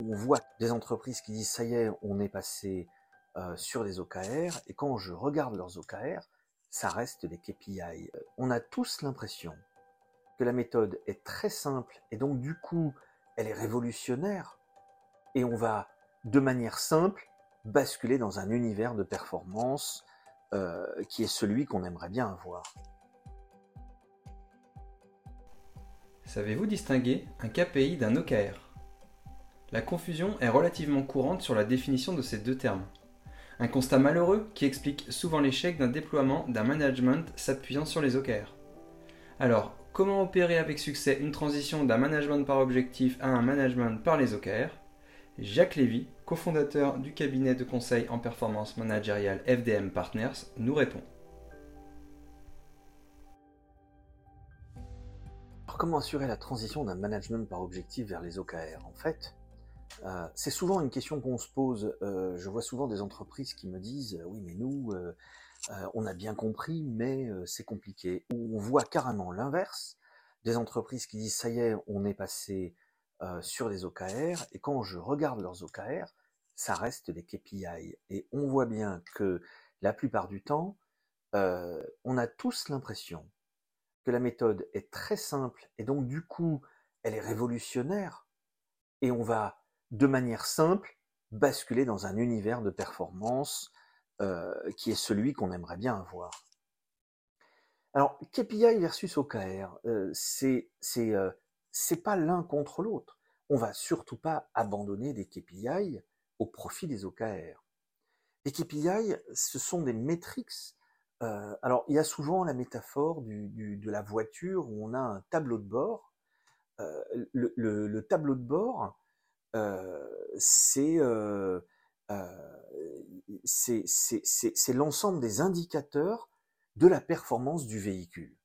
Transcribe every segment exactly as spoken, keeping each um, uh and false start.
On voit des entreprises qui disent ça y est, on est passé euh, sur des O K R, et quand je regarde leurs O K R, ça reste des K P I. On a tous l'impression que la méthode est très simple et donc du coup elle est révolutionnaire, et on va de manière simple basculer dans un univers de performance euh, qui est celui qu'on aimerait bien avoir. Savez-vous distinguer un K P I d'un O K R ? La confusion est relativement courante sur la définition de ces deux termes. Un constat malheureux qui explique souvent l'échec d'un déploiement d'un management s'appuyant sur les O K R. Alors, comment opérer avec succès une transition d'un management par objectif à un management par les O K R ? Jacques Lévy, cofondateur du cabinet de conseil en performance managériale F D M Partners, nous répond. Alors, comment assurer la transition d'un management par objectif vers les O K R ? En fait, euh, c'est souvent une question qu'on se pose. Euh, je vois souvent des entreprises qui me disent « Oui, mais nous, euh, euh, on a bien compris, mais euh, c'est compliqué. » Ou on voit carrément l'inverse, des entreprises qui disent « Ça y est, on est passé euh, sur des O K R, et quand je regarde leurs O K R, ça reste des K P I. » Et on voit bien que la plupart du temps, euh, on a tous l'impression que la méthode est très simple, et donc du coup, elle est révolutionnaire, et on va, de manière simple, basculer dans un univers de performance euh, qui est celui qu'on aimerait bien avoir. Alors, K P I versus O K R, euh, c'est c'est euh, c'est pas l'un contre l'autre. On va surtout pas abandonner des K P I au profit des O K R. Les K P I, ce sont des métriques. Euh, alors, il y a souvent la métaphore du, du, de la voiture où on a un tableau de bord. Euh, le, le, le tableau de bord, euh, c'est euh, euh, c'est c'est- c'est- c'est l'ensemble des indicateurs de la performance du véhicule.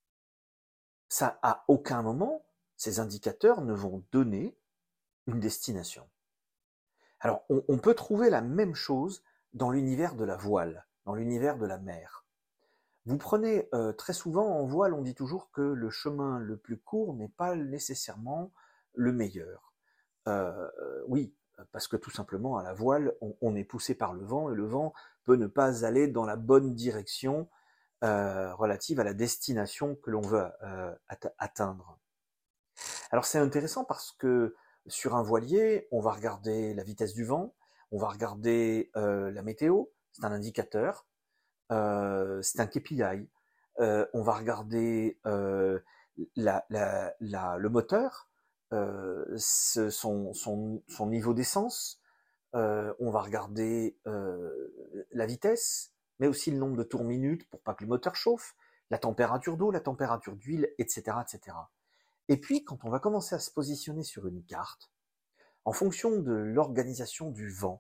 Ça, à aucun moment, ces indicateurs ne vont donner une destination. Alors, on, on peut trouver la même chose dans l'univers de la voile, dans l'univers de la mer. Vous prenez euh, très souvent en voile, on dit toujours que le chemin le plus court n'est pas nécessairement le meilleur. Euh, oui, parce que tout simplement à la voile, on, on est poussé par le vent, et le vent peut ne pas aller dans la bonne direction euh, relative à la destination que l'on veut euh, atteindre. Alors c'est intéressant parce que sur un voilier, on va regarder la vitesse du vent, on va regarder euh, la météo, c'est un indicateur, euh, c'est un K P I, euh, on va regarder euh, la, la, la, le moteur, euh, son, son, son niveau d'essence, euh, on va regarder euh, la vitesse, mais aussi le nombre de tours minutes pour pas que le moteur chauffe, la température d'eau, la température d'huile, et cetera, et cetera. Et puis, quand on va commencer à se positionner sur une carte, en fonction de l'organisation du vent,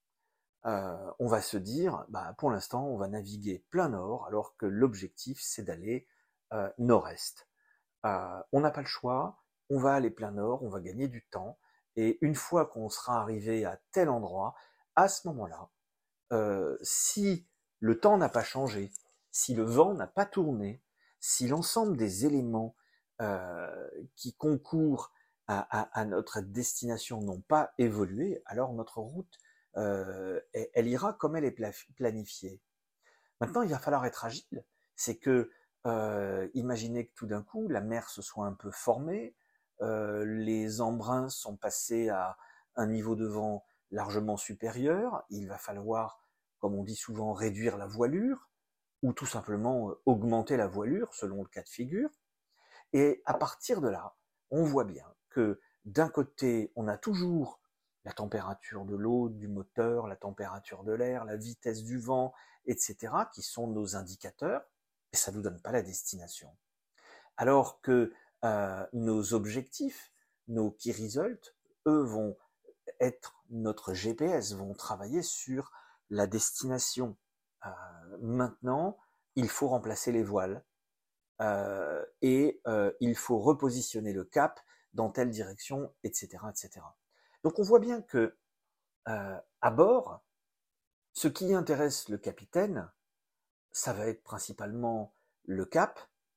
euh, on va se dire, bah, pour l'instant, on va naviguer plein nord, alors que l'objectif, c'est d'aller euh, nord-est. Euh, on n'a pas le choix, on va aller plein nord, on va gagner du temps, et une fois qu'on sera arrivé à tel endroit, à ce moment-là, euh, si le temps n'a pas changé, si le vent n'a pas tourné, si l'ensemble des éléments euh, qui concourent à, à, à notre destination n'ont pas évolué, alors notre route, euh, elle, elle ira comme elle est planifiée. Maintenant, il va falloir être agile. C'est que, euh, imaginez que tout d'un coup, la mer se soit un peu formée, euh, les embruns sont passés à un niveau de vent largement supérieur, il va falloir, comme on dit souvent, réduire la voilure, ou tout simplement euh, augmenter la voilure selon le cas de figure. Et à partir de là, on voit bien que d'un côté, on a toujours la température de l'eau, du moteur, la température de l'air, la vitesse du vent, et cetera, qui sont nos indicateurs, et ça ne nous donne pas la destination. Alors que euh, nos objectifs, nos key results, eux vont être notre G P S, vont travailler sur la destination. Euh, maintenant, il faut remplacer les voiles, euh, et euh, il faut repositionner le cap dans telle direction, et cetera, et cetera. Donc on voit bien que euh, à bord, ce qui intéresse le capitaine, ça va être principalement le cap,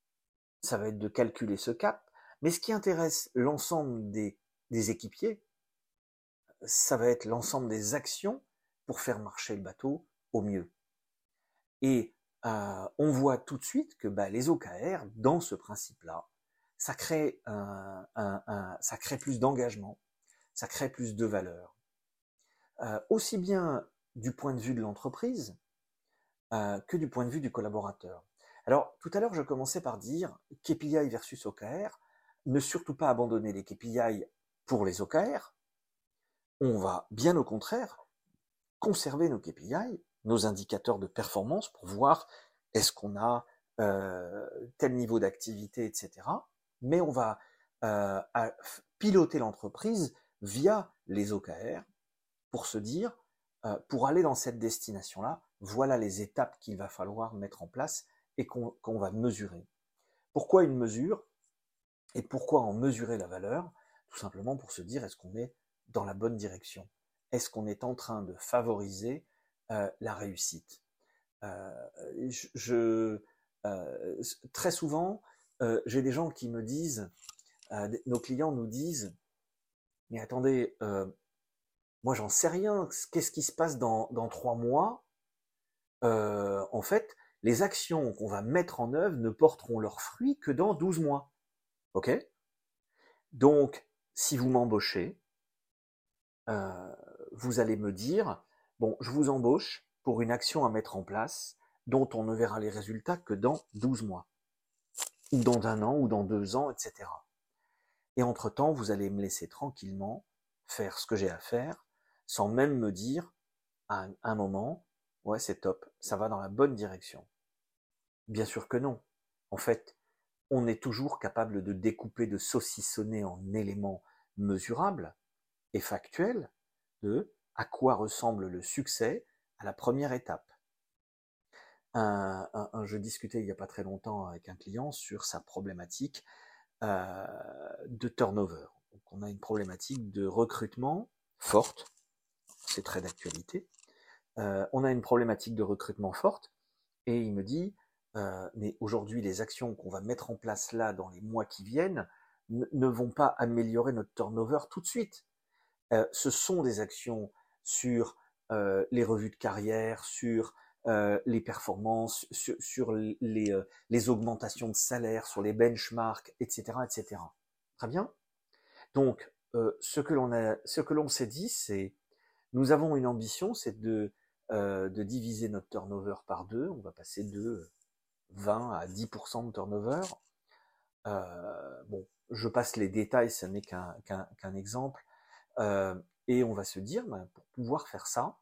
ça va être de calculer ce cap, mais ce qui intéresse l'ensemble des, des équipiers, ça va être l'ensemble des actions pour faire marcher le bateau au mieux. Et euh, on voit tout de suite que bah, les O K R, dans ce principe-là, ça crée, un, un, un, ça crée plus d'engagement, ça crée plus de valeur. Euh, aussi bien du point de vue de l'entreprise euh, que du point de vue du collaborateur. Alors, tout à l'heure, je commençais par dire K P I versus O K R, ne surtout pas abandonner les K P I pour les O K R. On va, bien au contraire, conserver nos K P I, nos indicateurs de performance pour voir est-ce qu'on a euh, tel niveau d'activité, et cetera. Mais on va euh, piloter l'entreprise via les O K R pour se dire, euh, pour aller dans cette destination-là, voilà les étapes qu'il va falloir mettre en place et qu'on qu'on va mesurer. Pourquoi une mesure? Et pourquoi en mesurer la valeur? Tout simplement pour se dire, est-ce qu'on est dans la bonne direction? Est-ce qu'on est en train de favoriser euh, la réussite? euh, je, je euh, Très souvent, euh, j'ai des gens qui me disent, euh, nos clients nous disent, mais attendez, euh, moi j'en sais rien, qu'est-ce qui se passe dans, dans trois mois? euh, En fait, les actions qu'on va mettre en œuvre ne porteront leurs fruits que dans douze mois. Ok? Donc, si vous m'embauchez, euh, vous allez me dire, bon, je vous embauche pour une action à mettre en place dont on ne verra les résultats que dans douze mois, ou dans un an, ou dans deux ans, et cetera. Et entre-temps, vous allez me laisser tranquillement faire ce que j'ai à faire, sans même me dire, à un moment, ouais, c'est top, ça va dans la bonne direction. Bien sûr que non. En fait, on est toujours capable de découper, de saucissonner en éléments mesurables et factuels de à quoi ressemble le succès à la première étape. Un, un, un, je discutais il n'y a pas très longtemps avec un client sur sa problématique euh, de turnover. Donc on a une problématique de recrutement forte, c'est très d'actualité. Euh, on a une problématique de recrutement forte et il me dit euh, mais aujourd'hui les actions qu'on va mettre en place là dans les mois qui viennent ne, ne vont pas améliorer notre turnover tout de suite. Euh, ce sont des actions sur euh, les revues de carrière, sur euh, les performances, sur, sur les, euh, les augmentations de salaire, sur les benchmarks, et cetera, et cetera. Très bien. Donc, euh, ce que l'on a, ce que l'on s'est dit, c'est, nous avons une ambition, c'est de euh, de diviser notre turnover par deux. On va passer de vingt à dix pour cent de turnover. Euh, bon, je passe les détails, ce n'est qu'un qu'un qu'un exemple. Euh, et on va se dire, ben, pour pouvoir faire ça,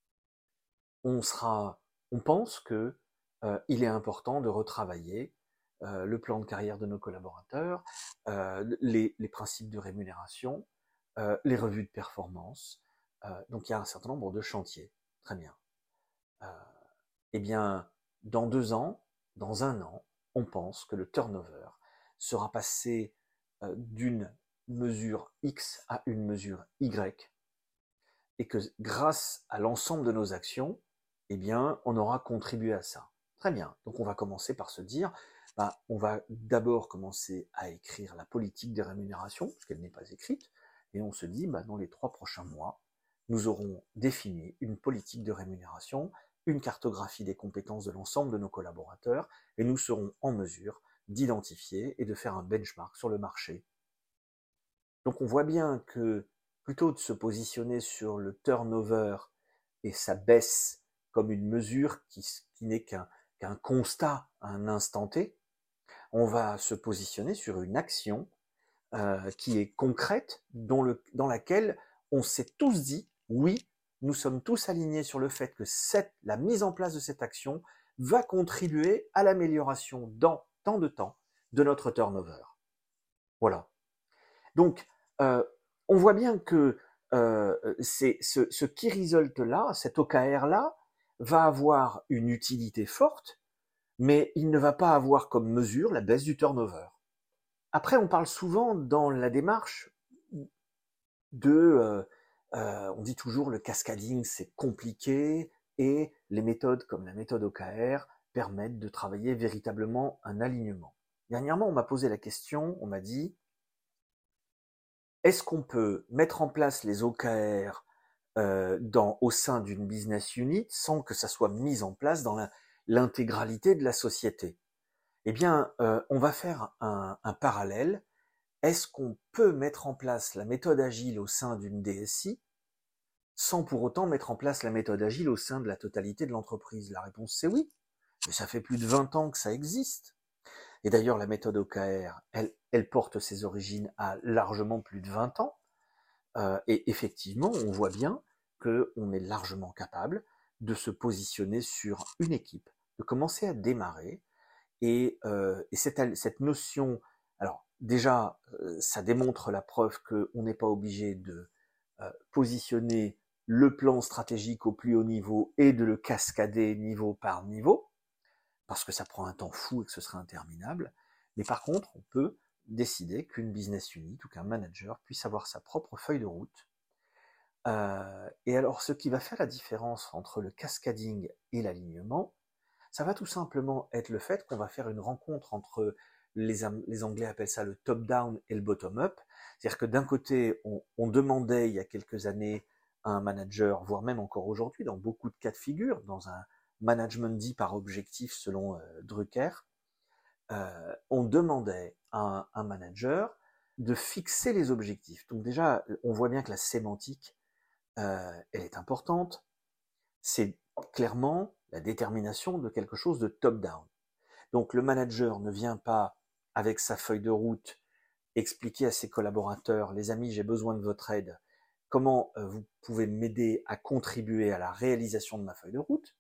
on sera, on pense que euh, il est important de retravailler euh, le plan de carrière de nos collaborateurs, euh, les, les principes de rémunération, euh, les revues de performance. Euh, donc il y a un certain nombre de chantiers. Très bien. Euh, eh bien, dans deux ans, dans un an, on pense que le turnover sera passé euh, d'une mesure X à une mesure Y, et que grâce à l'ensemble de nos actions, eh bien, on aura contribué à ça. Très bien. Donc, on va commencer par se dire, bah, on va d'abord commencer à écrire la politique des rémunérations, parce qu'elle n'est pas écrite, et on se dit, bah, dans les trois prochains mois, nous aurons défini une politique de rémunération, une cartographie des compétences de l'ensemble de nos collaborateurs, et nous serons en mesure d'identifier et de faire un benchmark sur le marché. Donc, on voit bien que plutôt de se positionner sur le turnover et sa baisse comme une mesure qui, qui n'est qu'un qu'un constat à un instant T, on va se positionner sur une action euh, qui est concrète, dont le, dans laquelle on s'est tous dit, oui, nous sommes tous alignés sur le fait que cette, la mise en place de cette action va contribuer à l'amélioration dans tant de temps de notre turnover. Voilà. Donc, euh, on voit bien que euh, c'est, ce, ce key result-là, cet O K R-là, va avoir une utilité forte, mais il ne va pas avoir comme mesure la baisse du turnover. Après, on parle souvent dans la démarche de, euh, euh, on dit toujours le cascading, c'est compliqué, et les méthodes comme la méthode O K R permettent de travailler véritablement un alignement. Dernièrement, on m'a posé la question, on m'a dit, est-ce qu'on peut mettre en place les O K R euh, dans, au sein d'une business unit sans que ça soit mis en place dans la, l'intégralité de la société? Eh bien, euh, on va faire un, un parallèle. Est-ce qu'on peut mettre en place la méthode agile au sein d'une D S I sans pour autant mettre en place la méthode agile au sein de la totalité de l'entreprise? La réponse c'est oui, mais ça fait plus de vingt ans que ça existe. Et d'ailleurs, la méthode O K R, elle, elle porte ses origines à largement plus de vingt ans. Euh, et effectivement, on voit bien qu'on est largement capable de se positionner sur une équipe, de commencer à démarrer. Et, euh, et cette, cette notion, alors déjà, euh, ça démontre la preuve qu'on n'est pas obligé de euh, positionner le plan stratégique au plus haut niveau et de le cascader niveau par niveau, parce que ça prend un temps fou et que ce serait interminable. Mais par contre, on peut décider qu'une business unit ou qu'un manager puisse avoir sa propre feuille de route. Euh, et alors, ce qui va faire la différence entre le cascading et l'alignement, ça va tout simplement être le fait qu'on va faire une rencontre entre, les, les Anglais appellent ça le top-down et le bottom-up. C'est-à-dire que d'un côté, on, on demandait il y a quelques années à un manager, voire même encore aujourd'hui, dans beaucoup de cas de figure, dans un management dit par objectif selon euh, Drucker, euh, on demandait à un, un manager de fixer les objectifs. Donc déjà, on voit bien que la sémantique, euh, elle est importante. C'est clairement la détermination de quelque chose de top-down. Donc le manager ne vient pas avec sa feuille de route expliquer à ses collaborateurs, les amis, j'ai besoin de votre aide, comment euh, vous pouvez m'aider à contribuer à la réalisation de ma feuille de route.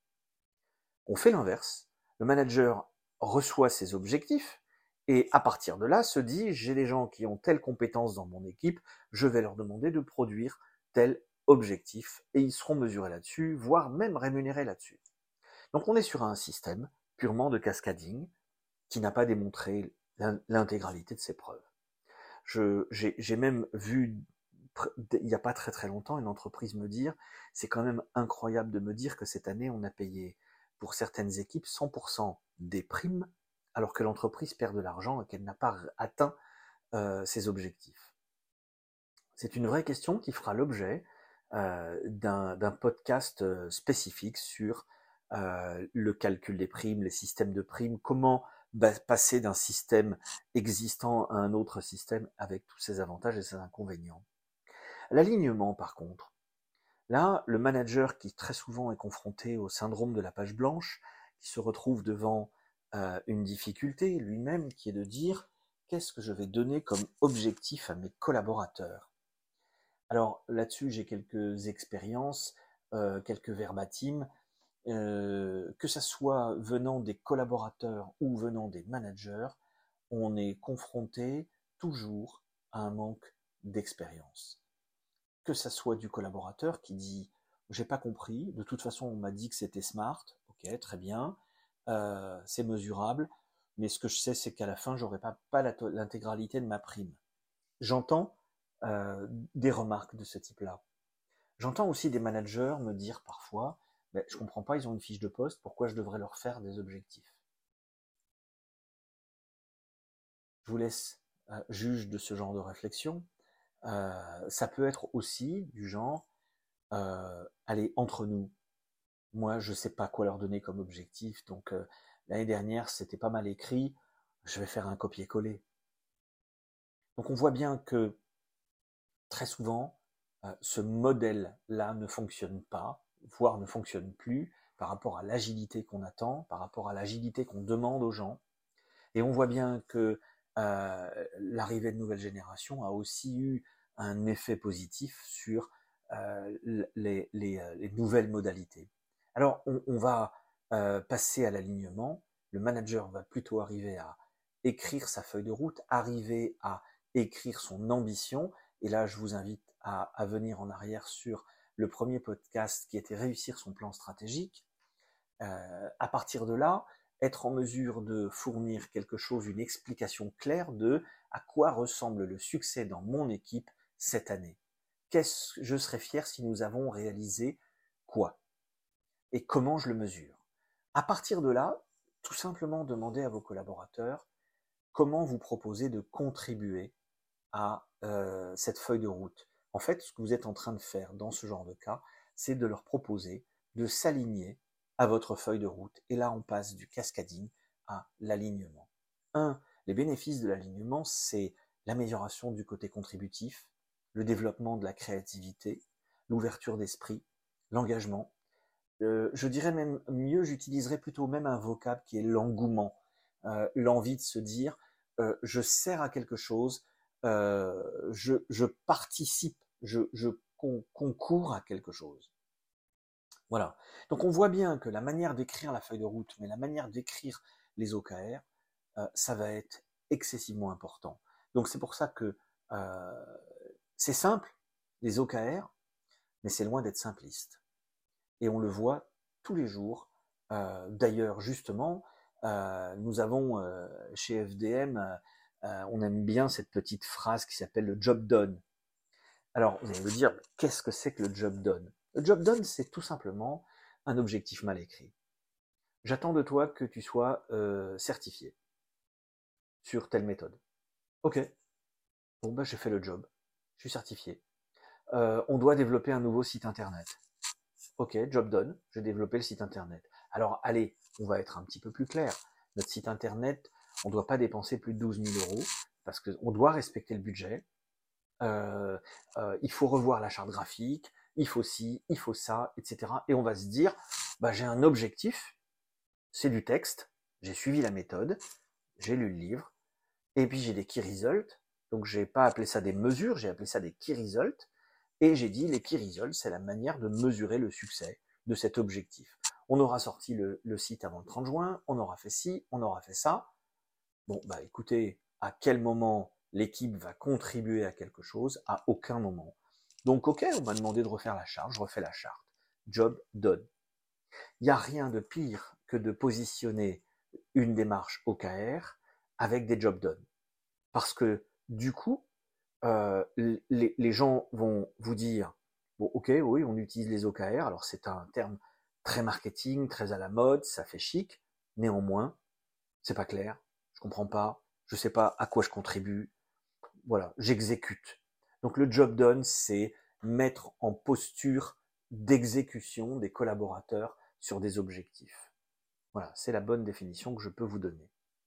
On fait l'inverse. Le manager reçoit ses objectifs et à partir de là se dit, j'ai des gens qui ont telle compétence dans mon équipe, je vais leur demander de produire tel objectif et ils seront mesurés là-dessus, voire même rémunérés là-dessus. Donc on est sur un système purement de cascading qui n'a pas démontré l'intégralité de ses preuves. Je, j'ai, j'ai même vu, il n'y a pas très très longtemps, une entreprise me dire, c'est quand même incroyable de me dire que cette année on a payé pour certaines équipes cent pour cent des primes, alors que l'entreprise perd de l'argent et qu'elle n'a pas atteint euh, ses objectifs. C'est une vraie question qui fera l'objet euh, d'un, d'un podcast spécifique sur euh, le calcul des primes, les systèmes de primes, comment passer d'un système existant à un autre système avec tous ses avantages et ses inconvénients. L'alignement, par contre, là, le manager qui très souvent est confronté au syndrome de la page blanche, qui se retrouve devant euh, une difficulté lui-même, qui est de dire qu'est-ce que je vais donner comme objectif à mes collaborateurs. Alors là-dessus, j'ai quelques expériences, euh, quelques verbatims, euh, que ça soit venant des collaborateurs ou venant des managers, on est confronté toujours à un manque d'expérience. Que ça soit du collaborateur qui dit « j'ai pas compris, de toute façon on m'a dit que c'était smart, ok, très bien, euh, c'est mesurable, mais ce que je sais c'est qu'à la fin j'aurai pas, pas la, l'intégralité de ma prime ». J'entends euh, des remarques de ce type-là. J'entends aussi des managers me dire parfois ben, « je comprends pas, ils ont une fiche de poste, pourquoi je devrais leur faire des objectifs ?» Je vous laisse euh, juge de ce genre de réflexion. Euh, ça peut être aussi du genre euh, allez, entre nous, moi je sais pas quoi leur donner comme objectif, donc euh, l'année dernière c'était pas mal écrit, je vais faire un copier-coller. Donc on voit bien que très souvent euh, ce modèle-là ne fonctionne pas, voire ne fonctionne plus par rapport à l'agilité qu'on attend, par rapport à l'agilité qu'on demande aux gens. Et on voit bien que euh, l'arrivée de nouvelles générations a aussi eu un effet positif sur euh, les, les, les nouvelles modalités. Alors, on, on va euh, passer à l'alignement. Le manager va plutôt arriver à écrire sa feuille de route, arriver à écrire son ambition. Et là, je vous invite à, à venir en arrière sur le premier podcast qui était réussir son plan stratégique. Euh, à partir de là, être en mesure de fournir quelque chose, une explication claire de à quoi ressemble le succès dans mon équipe cette année. Qu'est-ce, je serais fier si nous avons réalisé quoi et comment je le mesure. À partir de là, tout simplement demander à vos collaborateurs comment vous proposez de contribuer à euh, cette feuille de route. En fait, ce que vous êtes en train de faire dans ce genre de cas, c'est de leur proposer de s'aligner à votre feuille de route. Et là, on passe du cascading à l'alignement. Un, les bénéfices de l'alignement, c'est l'amélioration du côté contributif, le développement de la créativité, l'ouverture d'esprit, l'engagement. Euh, je dirais même mieux, j'utiliserais plutôt même un vocable qui est l'engouement, euh, l'envie de se dire euh, je sers à quelque chose, euh, je, je participe, je, je con, concours à quelque chose. Voilà. Donc on voit bien que la manière d'écrire la feuille de route, mais la manière d'écrire les O K R, euh, ça va être excessivement important. Donc c'est pour ça que euh, c'est simple, les O K R, mais c'est loin d'être simpliste. Et on le voit tous les jours. Euh, D'ailleurs, justement, euh, nous avons euh, chez F D M, euh, euh, on aime bien cette petite phrase qui s'appelle le job done. Alors, vous allez me dire, qu'est-ce que c'est que le job done? Le job done, c'est tout simplement un objectif mal écrit. J'attends de toi que tu sois euh, certifié sur telle méthode. Ok, bon ben j'ai fait le job, je suis certifié. Euh, on doit développer un nouveau site internet. Ok, job done, j'ai développé le site internet. Alors allez, on va être un petit peu plus clair. Notre site internet, on ne doit pas dépenser plus de douze mille euros parce qu'on doit respecter le budget. Euh, euh, il faut revoir la charte graphique, il faut ci, il faut ça, et cetera. Et on va se dire, bah, j'ai un objectif, c'est du texte, j'ai suivi la méthode, j'ai lu le livre, et puis j'ai des key results. Donc j'ai pas appelé ça des mesures, j'ai appelé ça des key results. Et j'ai dit, les key results, c'est la manière de mesurer le succès de cet objectif. On aura sorti le, le site avant le trente juin, on aura fait ci, on aura fait ça. Bon, bah écoutez, à quel moment l'équipe va contribuer à quelque chose? À aucun moment. Donc ok, on m'a demandé de refaire la charte, je refais la charte. Job done. Il n'y a rien de pire que de positionner une démarche O K R avec des job done. Parce que du coup, Euh, les, les gens vont vous dire, bon ok, oui, on utilise les O K R, alors c'est un terme très marketing, très à la mode, ça fait chic, néanmoins, c'est pas clair, je comprends pas, je sais pas à quoi je contribue, voilà, j'exécute. Donc le job done, c'est mettre en posture d'exécution des collaborateurs sur des objectifs. Voilà, c'est la bonne définition que je peux vous donner.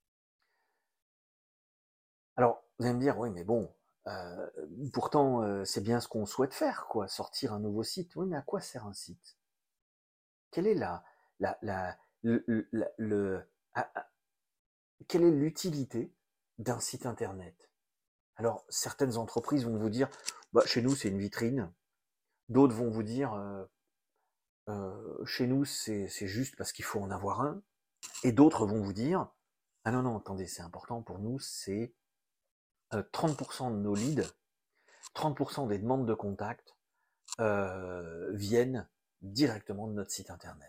Alors, vous allez me dire, oui, mais bon, euh, pourtant, euh, c'est bien ce qu'on souhaite faire, quoi, sortir un nouveau site. Oui, mais à quoi sert un site? Quelle est la, la, la, le, le, la- le- à- à- quelle est l'utilité d'un site internet? Alors, certaines entreprises vont vous dire, bah, chez nous, c'est une vitrine. D'autres vont vous dire, euh, euh, chez nous, c'est c'est juste parce qu'il faut en avoir un. Et d'autres vont vous dire, ah non, non, attendez, c'est important pour nous, c'est euh, trente pour cent de nos leads, trente pour cent des demandes de contact euh, viennent directement de notre site internet.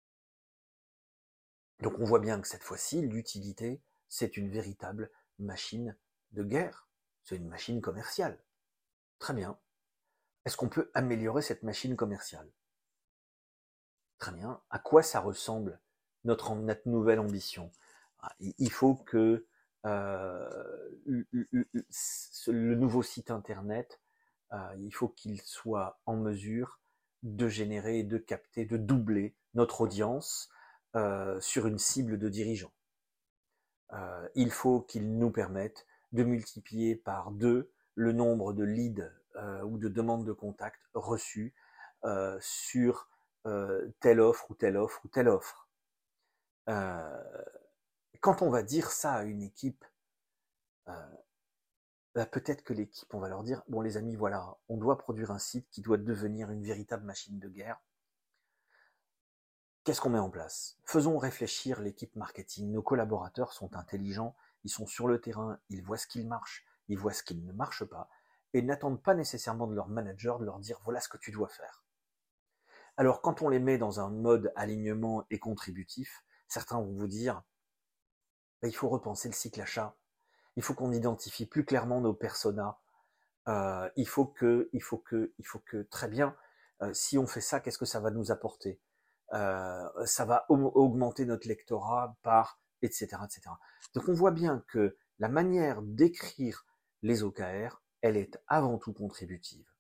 Donc on voit bien que cette fois-ci, l'utilité, c'est une véritable machine de guerre. C'est une machine commerciale. Très bien. Est-ce qu'on peut améliorer cette machine commerciale? Très bien. À quoi ça ressemble notre, notre nouvelle ambition? Il faut que euh, le nouveau site internet, euh, il faut qu'il soit en mesure de générer, de capter, de doubler notre audience euh, sur une cible de dirigeants. Euh, il faut qu'il nous permette de multiplier par deux le nombre de leads euh, ou de demandes de contact reçues euh, sur euh, telle offre ou telle offre ou telle offre. Euh, quand on va dire ça à une équipe, euh, bah, peut-être que l'équipe, on va leur dire, bon les amis, voilà, on doit produire un site qui doit devenir une véritable machine de guerre. Qu'est-ce qu'on met en place? Faisons réfléchir l'équipe marketing. Nos collaborateurs sont intelligents, ils sont sur le terrain, ils voient ce qui marche, ils voient ce qui ne marche pas, et n'attendent pas nécessairement de leur manager de leur dire voilà ce que tu dois faire. Alors quand on les met dans un mode alignement et contributif, certains vont vous dire bah, il faut repenser le cycle achat, il faut qu'on identifie plus clairement nos personas, euh, il faut que, il faut que, il faut que très bien, euh, si on fait ça, qu'est-ce que ça va nous apporter? Euh, ça va augmenter notre lectorat par, et cetera, et cetera. Donc on voit bien que la manière d'écrire les O K R, elle est avant tout contributive.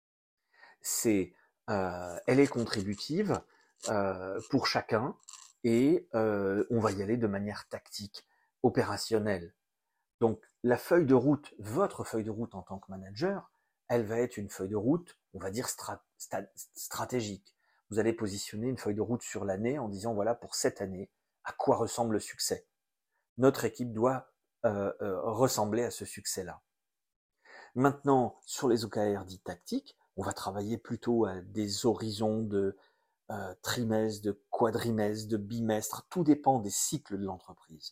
C'est, euh, elle est contributive euh, pour chacun et euh, on va y aller de manière tactique, opérationnelle. Donc la feuille de route, votre feuille de route en tant que manager, elle va être une feuille de route, on va dire strat stratégique. Vous allez positionner une feuille de route sur l'année en disant voilà pour cette année, à quoi ressemble le succès. Notre équipe doit euh, euh, ressembler à ce succès-là. Maintenant, sur les O K R dits tactiques, on va travailler plutôt à des horizons de euh, trimestres, de quadrimestres, de bimestres, tout dépend des cycles de l'entreprise.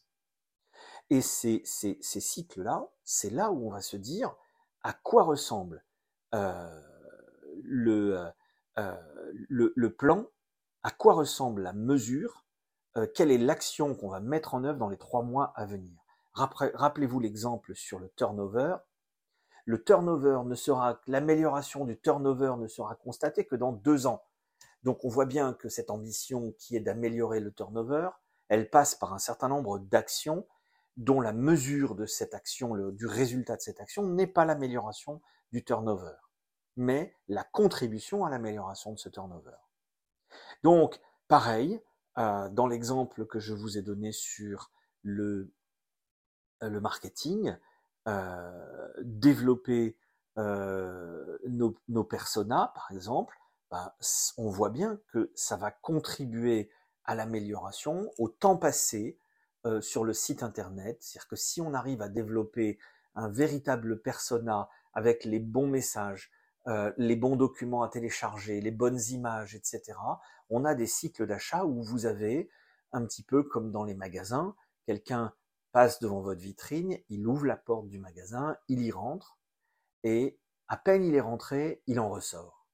Et ces, ces, ces cycles-là, c'est là où on va se dire à quoi ressemble euh, le, euh, le, le plan, à quoi ressemble la mesure, euh, quelle est l'action qu'on va mettre en œuvre dans les trois mois à venir. Rappelez-vous l'exemple sur le turnover. Le turnover ne sera, l'amélioration du turnover ne sera constatée que dans deux ans. Donc on voit bien que cette ambition qui est d'améliorer le turnover, elle passe par un certain nombre d'actions dont la mesure de cette action, le, du résultat de cette action, n'est pas l'amélioration du turnover, mais la contribution à l'amélioration de ce turnover. Donc, pareil, euh, dans l'exemple que je vous ai donné sur le, le marketing, euh, développer euh, nos, nos personas, par exemple, ben, on voit bien que ça va contribuer à l'amélioration, au temps passé, Euh, sur le site internet, c'est-à-dire que si on arrive à développer un véritable persona avec les bons messages, euh, les bons documents à télécharger, les bonnes images, et cetera, on a des cycles d'achat où vous avez, un petit peu comme dans les magasins, quelqu'un passe devant votre vitrine, il ouvre la porte du magasin, il y rentre, et à peine il est rentré, il en ressort.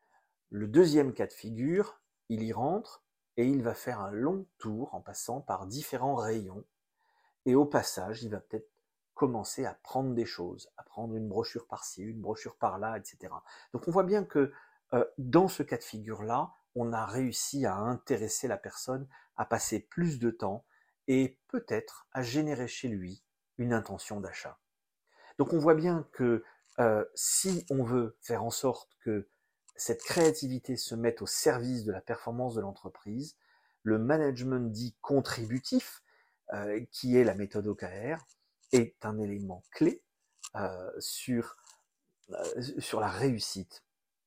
Le deuxième cas de figure, il y rentre, et il va faire un long tour en passant par différents rayons. Et au passage, il va peut-être commencer à prendre des choses, à prendre une brochure par-ci, une brochure par-là, et cetera. Donc on voit bien que euh, dans ce cas de figure-là, on a réussi à intéresser la personne à passer plus de temps et peut-être à générer chez lui une intention d'achat. Donc on voit bien que euh, si on veut faire en sorte que cette créativité se mette au service de la performance de l'entreprise, le management dit contributif, euh, qui est la méthode O K R, est un élément clé euh, sur, euh, sur la réussite.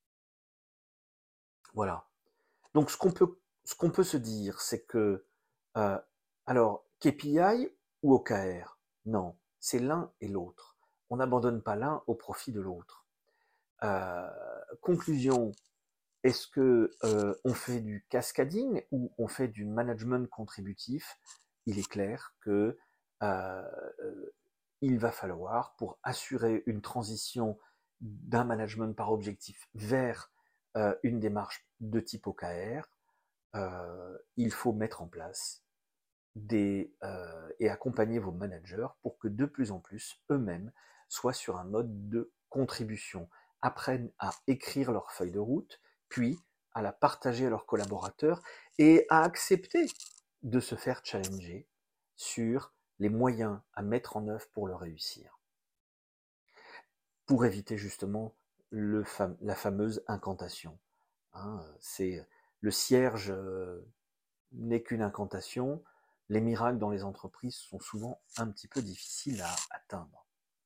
Voilà. Donc ce qu'on peut, ce qu'on peut se dire, c'est que, euh, alors, K P I ou O K R? Non, c'est l'un et l'autre. On n'abandonne pas l'un au profit de l'autre. Euh, conclusion, est-ce que euh, on fait du cascading ou on fait du management contributif? Il est clair que euh, il va falloir, pour assurer une transition d'un management par objectif vers euh, une démarche de type O K R, euh, il faut mettre en place des, euh, et accompagner vos managers pour que de plus en plus eux-mêmes soient sur un mode de contribution, apprennent à écrire leur feuille de route, puis à la partager à leurs collaborateurs et à accepter de se faire challenger sur les moyens à mettre en œuvre pour le réussir. Pour éviter justement le fam- la fameuse incantation. Hein, c'est le cierge euh, n'est qu'une incantation. Les miracles dans les entreprises sont souvent un petit peu difficiles à atteindre.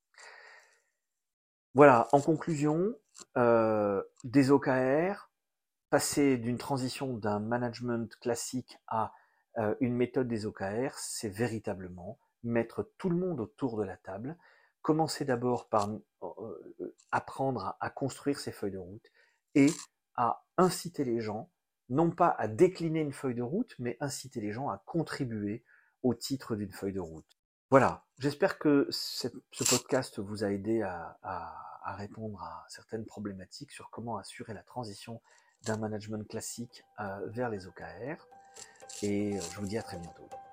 Voilà, en conclusion, euh, des O K R, passer d'une transition d'un management classique à euh, une méthode des O K R, c'est véritablement mettre tout le monde autour de la table, commencer d'abord par euh, apprendre à, à construire ses feuilles de route et à inciter les gens, non pas à décliner une feuille de route, mais inciter les gens à contribuer au titre d'une feuille de route. Voilà, j'espère que ce podcast vous a aidé à, à, à répondre à certaines problématiques sur comment assurer la transition d'un management classique euh, vers les O K R. Et je vous dis à très bientôt.